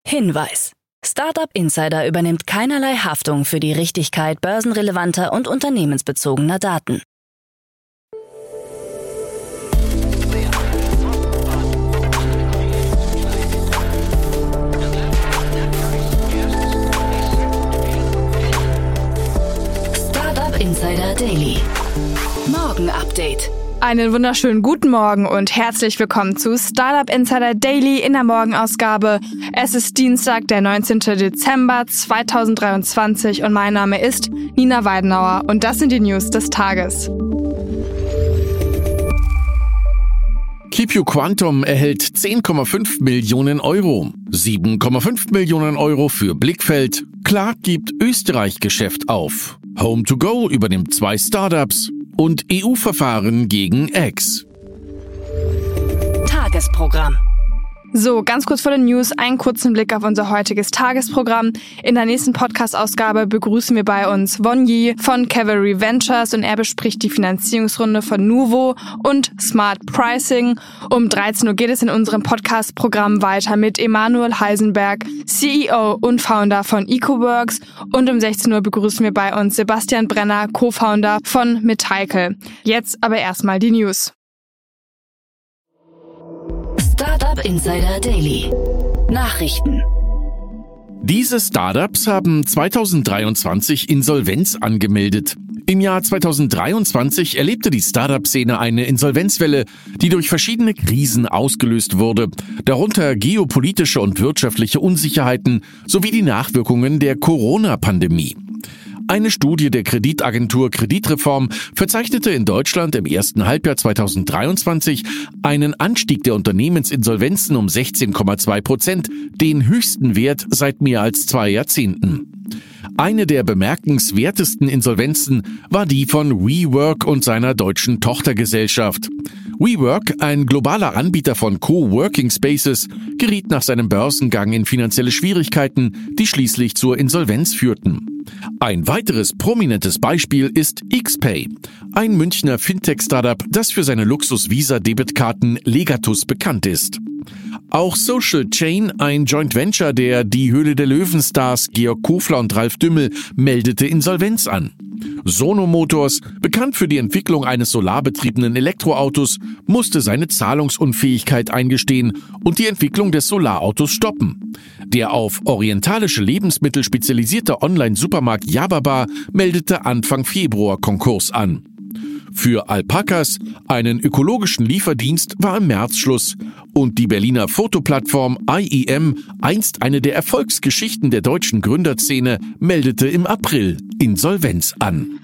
Hinweis: Startup Insider übernimmt keinerlei Haftung für die Richtigkeit börsenrelevanter und unternehmensbezogener Daten. Startup Insider Daily. Morgen Update. Einen wunderschönen guten Morgen und herzlich willkommen zu Startup Insider Daily in der Morgenausgabe. Es ist Dienstag, der 19. Dezember 2023 und mein Name ist Nina Weidenauer und das sind die News des Tages. QPU Quantum erhält 10,5 Millionen Euro, 7,5 Millionen Euro für Blickfeld, Clark gibt Österreich-Geschäft auf, Home2Go übernimmt 2 Startups und EU-Verfahren gegen X. Tagesprogramm. So, ganz kurz vor den News, einen kurzen Blick auf unser heutiges Tagesprogramm. In der nächsten Podcast-Ausgabe begrüßen wir bei uns Won Yi von Cavalry Ventures und er bespricht die Finanzierungsrunde von Nuvo und Smart Pricing. Um 13 Uhr geht es in unserem Podcast-Programm weiter mit Emanuel Heisenberg, CEO und Founder von EcoWorks, und um 16 Uhr begrüßen wir bei uns Sebastian Brenner, Co-Founder von Metycle. Jetzt aber erstmal die News. Startup Insider Daily. Nachrichten. Diese Startups haben 2023 Insolvenz angemeldet. Im Jahr 2023 erlebte die Startup-Szene eine Insolvenzwelle, die durch verschiedene Krisen ausgelöst wurde, darunter geopolitische und wirtschaftliche Unsicherheiten sowie die Nachwirkungen der Corona-Pandemie. Eine Studie der Kreditagentur Kreditreform verzeichnete in Deutschland im ersten Halbjahr 2023 einen Anstieg der Unternehmensinsolvenzen um 16,2%, den höchsten Wert seit mehr als 2 Jahrzehnten. Eine der bemerkenswertesten Insolvenzen war die von WeWork und seiner deutschen Tochtergesellschaft. WeWork, ein globaler Anbieter von Coworking Spaces, geriet nach seinem Börsengang in finanzielle Schwierigkeiten, die schließlich zur Insolvenz führten. Ein weiteres prominentes Beispiel ist XPay, ein Münchner Fintech-Startup, das für seine Luxus-Visa-Debitkarten Legatus bekannt ist. Auch Social Chain, ein Joint Venture der Die Höhle der Löwen-Stars Georg Kofler und Ralf Dümmel, meldete Insolvenz an. Sono Motors, bekannt für die Entwicklung eines solarbetriebenen Elektroautos, musste seine Zahlungsunfähigkeit eingestehen und die Entwicklung des Solarautos stoppen. Der auf orientalische Lebensmittel spezialisierte Online-Supermarkt Yababa meldete Anfang Februar Konkurs an. Für Alpacas, einen ökologischen Lieferdienst, war im März Schluss und die Berliner Fotoplattform IEM, einst eine der Erfolgsgeschichten der deutschen Gründerszene, meldete im April Insolvenz an.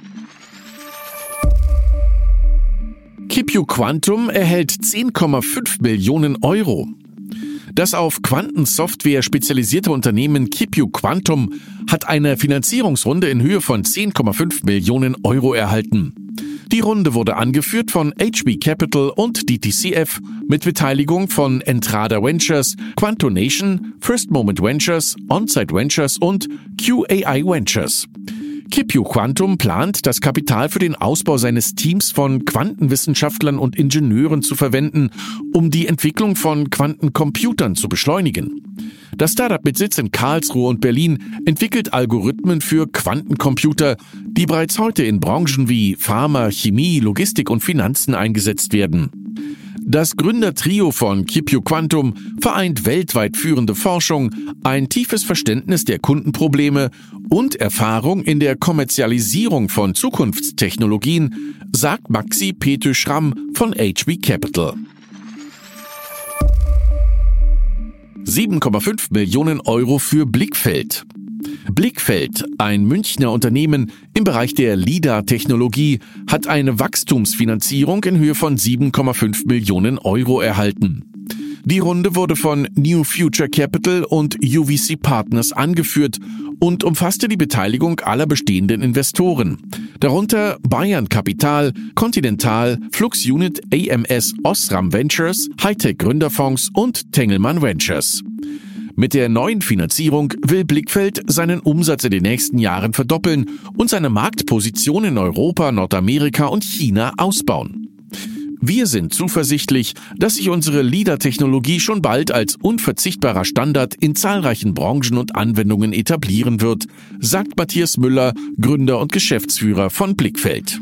QPU Quantum erhält 10,5 Millionen Euro. Das auf Quantensoftware spezialisierte Unternehmen QPU Quantum hat eine Finanzierungsrunde in Höhe von 10,5 Millionen Euro erhalten. Die Runde wurde angeführt von HB Capital und DTCF mit Beteiligung von Entrada Ventures, Quantonation, First Moment Ventures, Onsite Ventures und QAI Ventures. QPU Quantum plant, das Kapital für den Ausbau seines Teams von Quantenwissenschaftlern und Ingenieuren zu verwenden, um die Entwicklung von Quantencomputern zu beschleunigen. Das Startup mit Sitz in Karlsruhe und Berlin entwickelt Algorithmen für Quantencomputer, die bereits heute in Branchen wie Pharma, Chemie, Logistik und Finanzen eingesetzt werden. Das Gründertrio von QPU Quantum vereint weltweit führende Forschung, ein tiefes Verständnis der Kundenprobleme und Erfahrung in der Kommerzialisierung von Zukunftstechnologien, sagt Maxi Petö-Schramm von HB Capital. 7,5 Millionen Euro für Blickfeld. Blickfeld, ein Münchner Unternehmen im Bereich der LiDAR-Technologie, hat eine Wachstumsfinanzierung in Höhe von 7,5 Millionen Euro erhalten. Die Runde wurde von New Future Capital und UVC Partners angeführt und umfasste die Beteiligung aller bestehenden Investoren, darunter Bayern Capital, Continental, Flux Unit AMS Osram Ventures, Hightech Gründerfonds und Tengelmann Ventures. Mit der neuen Finanzierung will Blickfeld seinen Umsatz in den nächsten Jahren verdoppeln und seine Marktposition in Europa, Nordamerika und China ausbauen. Wir sind zuversichtlich, dass sich unsere LiDAR-Technologie schon bald als unverzichtbarer Standard in zahlreichen Branchen und Anwendungen etablieren wird, sagt Matthias Müller, Gründer und Geschäftsführer von Blickfeld.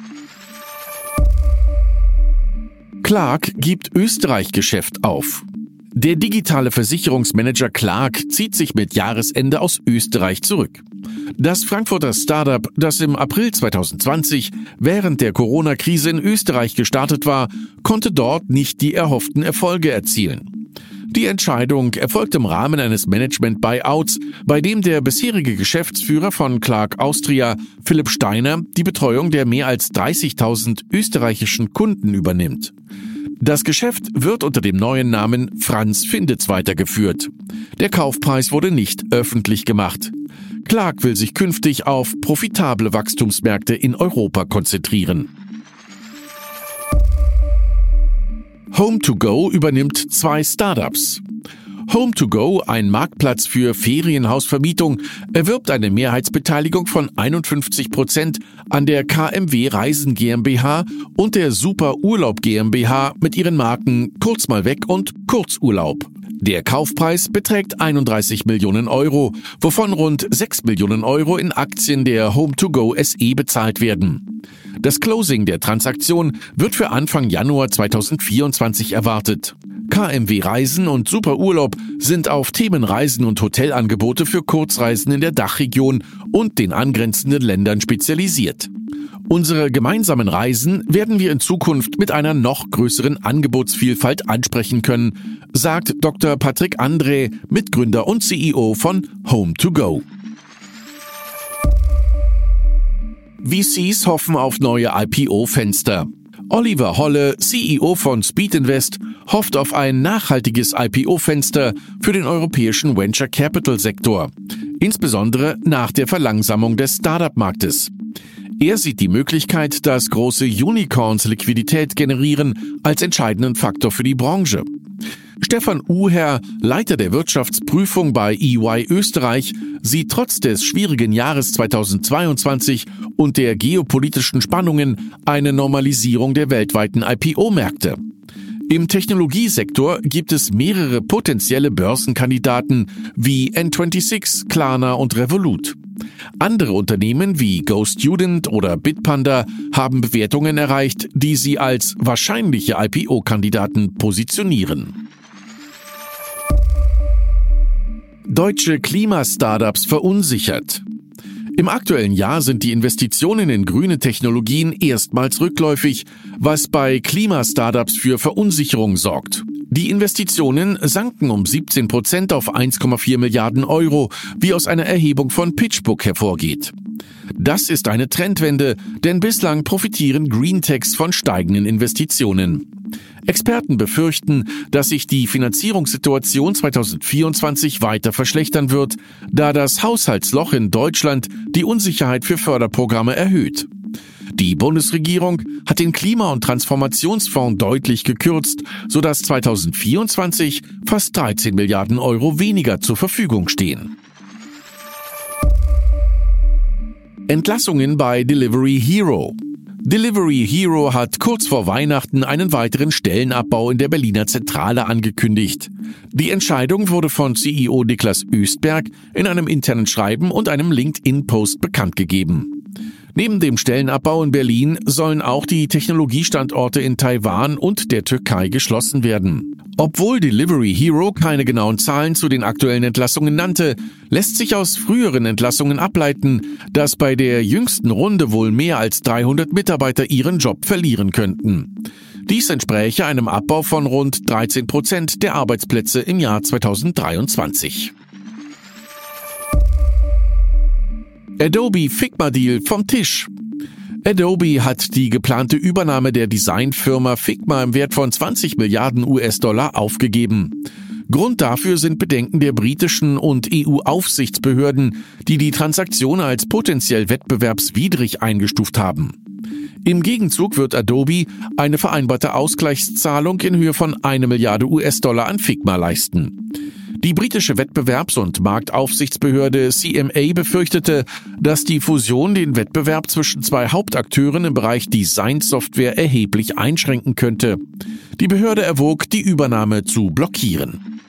Clark gibt Österreich-Geschäft auf. Der digitale Versicherungsmanager Clark zieht sich mit Jahresende aus Österreich zurück. Das Frankfurter Startup, das im April 2020 während der Corona-Krise in Österreich gestartet war, konnte dort nicht die erhofften Erfolge erzielen. Die Entscheidung erfolgte im Rahmen eines Management-Buyouts, bei dem der bisherige Geschäftsführer von Clark Austria, Philipp Steiner, die Betreuung der mehr als 30.000 österreichischen Kunden übernimmt. Das Geschäft wird unter dem neuen Namen Franz Findet's weitergeführt. Der Kaufpreis wurde nicht öffentlich gemacht. Clark will sich künftig auf profitable Wachstumsmärkte in Europa konzentrieren. Home2Go übernimmt 2 Startups. Home2Go, ein Marktplatz für Ferienhausvermietung, erwirbt eine Mehrheitsbeteiligung von 51% an der KMW Reisen GmbH und der Super Urlaub GmbH mit ihren Marken Kurz mal weg und Kurzurlaub. Der Kaufpreis beträgt 31 Millionen Euro, wovon rund 6 Millionen Euro in Aktien der Home2Go SE bezahlt werden. Das Closing der Transaktion wird für Anfang Januar 2024 erwartet. KMW Reisen und Super Urlaub sind auf Themenreisen und Hotelangebote für Kurzreisen in der Dachregion und den angrenzenden Ländern spezialisiert. Unsere gemeinsamen Reisen werden wir in Zukunft mit einer noch größeren Angebotsvielfalt ansprechen können, sagt Dr. Patrick André, Mitgründer und CEO von Home2Go. VCs hoffen auf neue IPO-Fenster. Oliver Holle, CEO von Speed Invest, hofft auf ein nachhaltiges IPO-Fenster für den europäischen Venture Capital Sektor, insbesondere nach der Verlangsamung des Startup-Marktes. Er sieht die Möglichkeit, dass große Unicorns Liquidität generieren, als entscheidenden Faktor für die Branche. Stefan Uher, Leiter der Wirtschaftsprüfung bei EY Österreich, sieht trotz des schwierigen Jahres 2022 und der geopolitischen Spannungen eine Normalisierung der weltweiten IPO-Märkte. Im Technologiesektor gibt es mehrere potenzielle Börsenkandidaten wie N26, Klarna und Revolut. Andere Unternehmen wie GoStudent oder Bitpanda haben Bewertungen erreicht, die sie als wahrscheinliche IPO-Kandidaten positionieren. Deutsche Klimastartups verunsichert. Im aktuellen Jahr sind die Investitionen in grüne Technologien erstmals rückläufig, was bei Klimastartups für Verunsicherung sorgt. Die Investitionen sanken um 17% auf 1,4 Milliarden Euro, wie aus einer Erhebung von PitchBook hervorgeht. Das ist eine Trendwende, denn bislang profitieren Greentechs von steigenden Investitionen. Experten befürchten, dass sich die Finanzierungssituation 2024 weiter verschlechtern wird, da das Haushaltsloch in Deutschland die Unsicherheit für Förderprogramme erhöht. Die Bundesregierung hat den Klima- und Transformationsfonds deutlich gekürzt, sodass 2024 fast 13 Milliarden Euro weniger zur Verfügung stehen. Entlassungen bei Delivery Hero. Delivery Hero hat kurz vor Weihnachten einen weiteren Stellenabbau in der Berliner Zentrale angekündigt. Die Entscheidung wurde von CEO Niklas Östberg in einem internen Schreiben und einem LinkedIn-Post bekannt gegeben. Neben dem Stellenabbau in Berlin sollen auch die Technologiestandorte in Taiwan und der Türkei geschlossen werden. Obwohl Delivery Hero keine genauen Zahlen zu den aktuellen Entlassungen nannte, lässt sich aus früheren Entlassungen ableiten, dass bei der jüngsten Runde wohl mehr als 300 Mitarbeiter ihren Job verlieren könnten. Dies entspräche einem Abbau von rund 13% der Arbeitsplätze im Jahr 2023. Adobe Figma-Deal vom Tisch. Adobe hat die geplante Übernahme der Designfirma Figma im Wert von 20 Milliarden US-Dollar aufgegeben. Grund dafür sind Bedenken der britischen und EU-Aufsichtsbehörden, die die Transaktion als potenziell wettbewerbswidrig eingestuft haben. Im Gegenzug wird Adobe eine vereinbarte Ausgleichszahlung in Höhe von 1 Milliarde US-Dollar an Figma leisten. Die britische Wettbewerbs- und Marktaufsichtsbehörde CMA befürchtete, dass die Fusion den Wettbewerb zwischen zwei Hauptakteuren im Bereich Designsoftware erheblich einschränken könnte. Die Behörde erwog, die Übernahme zu blockieren.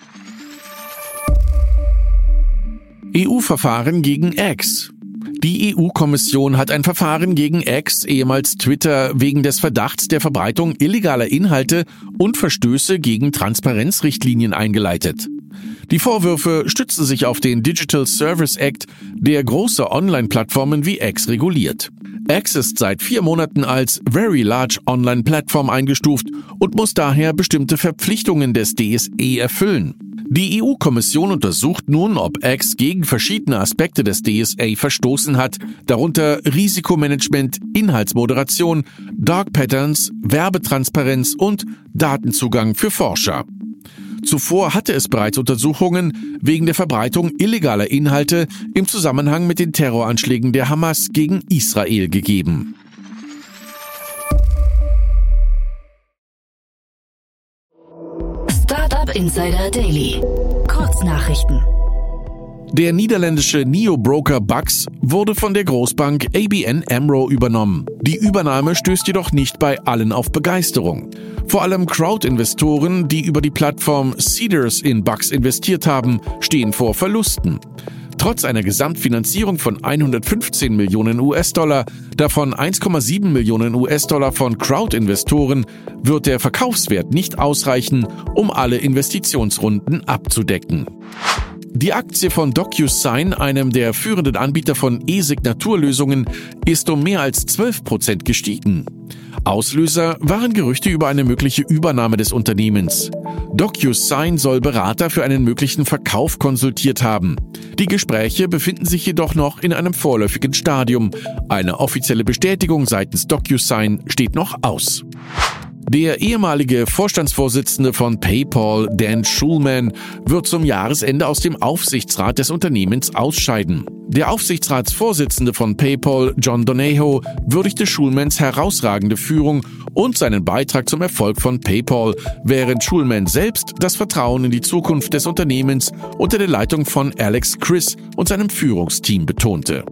EU-Verfahren gegen X. Die EU-Kommission hat ein Verfahren gegen X, ehemals Twitter, wegen des Verdachts der Verbreitung illegaler Inhalte und Verstöße gegen Transparenzrichtlinien eingeleitet. Die Vorwürfe stützen sich auf den Digital Service Act, der große Online-Plattformen wie X reguliert. X ist seit 4 Monaten als Very Large Online Platform eingestuft und muss daher bestimmte Verpflichtungen des DSE erfüllen. Die EU-Kommission untersucht nun, ob X gegen verschiedene Aspekte des DSA verstoßen hat, darunter Risikomanagement, Inhaltsmoderation, Dark Patterns, Werbetransparenz und Datenzugang für Forscher. Zuvor hatte es bereits Untersuchungen wegen der Verbreitung illegaler Inhalte im Zusammenhang mit den Terroranschlägen der Hamas gegen Israel gegeben. Startup Insider Daily. Kurznachrichten. Der niederländische Neo-Broker Bux wurde von der Großbank ABN AMRO übernommen. Die Übernahme stößt jedoch nicht bei allen auf Begeisterung. Vor allem Crowd-Investoren, die über die Plattform Seedrs in Bux investiert haben, stehen vor Verlusten. Trotz einer Gesamtfinanzierung von 115 Millionen US-Dollar, davon 1,7 Millionen US-Dollar von Crowd-Investoren, wird der Verkaufswert nicht ausreichen, um alle Investitionsrunden abzudecken. Die Aktie von DocuSign, einem der führenden Anbieter von E-Signaturlösungen, ist um mehr als 12% gestiegen. Auslöser waren Gerüchte über eine mögliche Übernahme des Unternehmens. DocuSign soll Berater für einen möglichen Verkauf konsultiert haben. Die Gespräche befinden sich jedoch noch in einem vorläufigen Stadium. Eine offizielle Bestätigung seitens DocuSign steht noch aus. Der ehemalige Vorstandsvorsitzende von PayPal, Dan Schulman, wird zum Jahresende aus dem Aufsichtsrat des Unternehmens ausscheiden. Der Aufsichtsratsvorsitzende von PayPal, John Donahoe, würdigte Schulmans herausragende Führung und seinen Beitrag zum Erfolg von PayPal, während Schulman selbst das Vertrauen in die Zukunft des Unternehmens unter der Leitung von Alex Chriss und seinem Führungsteam betonte.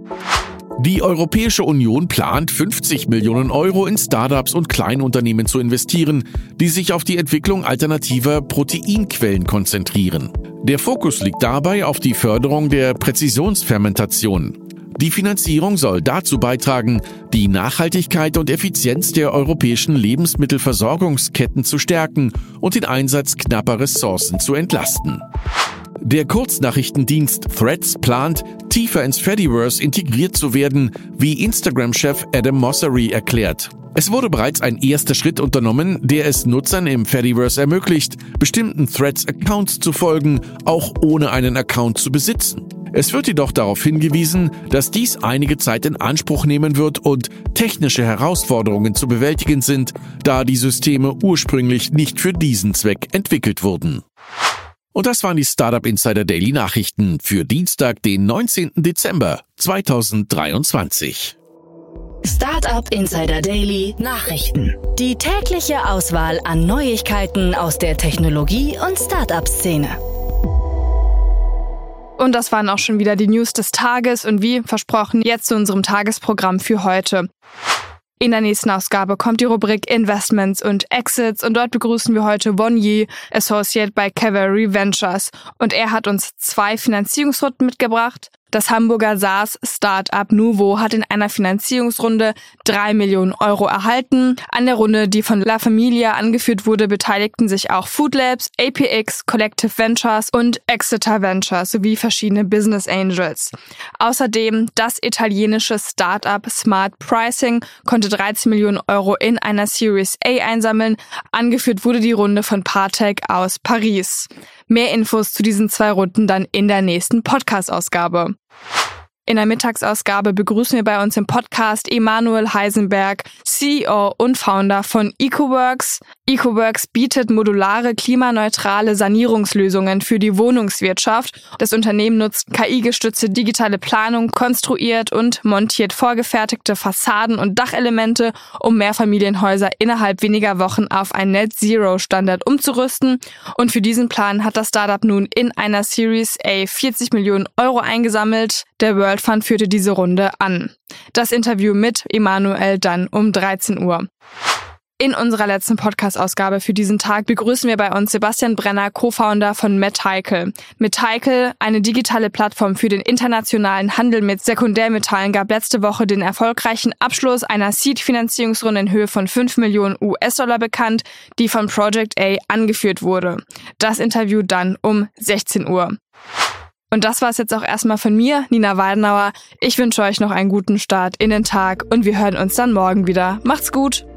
Die Europäische Union plant, 50 Millionen Euro in Startups und Kleinunternehmen zu investieren, die sich auf die Entwicklung alternativer Proteinquellen konzentrieren. Der Fokus liegt dabei auf die Förderung der Präzisionsfermentation. Die Finanzierung soll dazu beitragen, die Nachhaltigkeit und Effizienz der europäischen Lebensmittelversorgungsketten zu stärken und den Einsatz knapper Ressourcen zu entlasten. Der Kurznachrichtendienst Threads plant, tiefer ins Fediverse integriert zu werden, wie Instagram-Chef Adam Mosseri erklärt. Es wurde bereits ein erster Schritt unternommen, der es Nutzern im Fediverse ermöglicht, bestimmten Threads-Accounts zu folgen, auch ohne einen Account zu besitzen. Es wird jedoch darauf hingewiesen, dass dies einige Zeit in Anspruch nehmen wird und technische Herausforderungen zu bewältigen sind, da die Systeme ursprünglich nicht für diesen Zweck entwickelt wurden. Und das waren die Startup Insider Daily Nachrichten für Dienstag, den 19. Dezember 2023. Startup Insider Daily Nachrichten. Die tägliche Auswahl an Neuigkeiten aus der Technologie- und Startup-Szene. Und das waren auch schon wieder die News des Tages und wie versprochen jetzt zu unserem Tagesprogramm für heute. In der nächsten Ausgabe kommt die Rubrik Investments und Exits und dort begrüßen wir heute Won Yi, Associate bei Cavalry Ventures. Und er hat uns 2 Finanzierungsrunden mitgebracht. Das Hamburger SaaS-Startup Nuvo hat in einer Finanzierungsrunde 3 Millionen Euro erhalten. An der Runde, die von La Familia angeführt wurde, beteiligten sich auch Food Labs, APX, Collective Ventures und Exeter Ventures sowie verschiedene Business Angels. Außerdem das italienische Startup Smart Pricing konnte 13 Millionen Euro in einer Series A einsammeln. Angeführt wurde die Runde von Partech aus Paris. Mehr Infos zu diesen 2 Runden dann in der nächsten Podcast-Ausgabe. In der Mittagsausgabe begrüßen wir bei uns im Podcast Emanuel Heisenberg, CEO und Founder von EcoWorks. EcoWorks bietet modulare, klimaneutrale Sanierungslösungen für die Wohnungswirtschaft. Das Unternehmen nutzt KI-gestützte digitale Planung, konstruiert und montiert vorgefertigte Fassaden und Dachelemente, um Mehrfamilienhäuser innerhalb weniger Wochen auf einen Net-Zero-Standard umzurüsten. Und für diesen Plan hat das Startup nun in einer Series A 40 Millionen Euro eingesammelt. Der World Fund führte diese Runde an. Das Interview mit Emanuel dann um 13 Uhr. In unserer letzten Podcast-Ausgabe für diesen Tag begrüßen wir bei uns Sebastian Brenner, Co-Founder von Metycle. Metycle, eine digitale Plattform für den internationalen Handel mit Sekundärmetallen, gab letzte Woche den erfolgreichen Abschluss einer Seed-Finanzierungsrunde in Höhe von 5 Millionen US-Dollar bekannt, die von Project A angeführt wurde. Das Interview dann um 16 Uhr. Und das war es jetzt auch erstmal von mir, Nina Weidenauer. Ich wünsche euch noch einen guten Start in den Tag und wir hören uns dann morgen wieder. Macht's gut!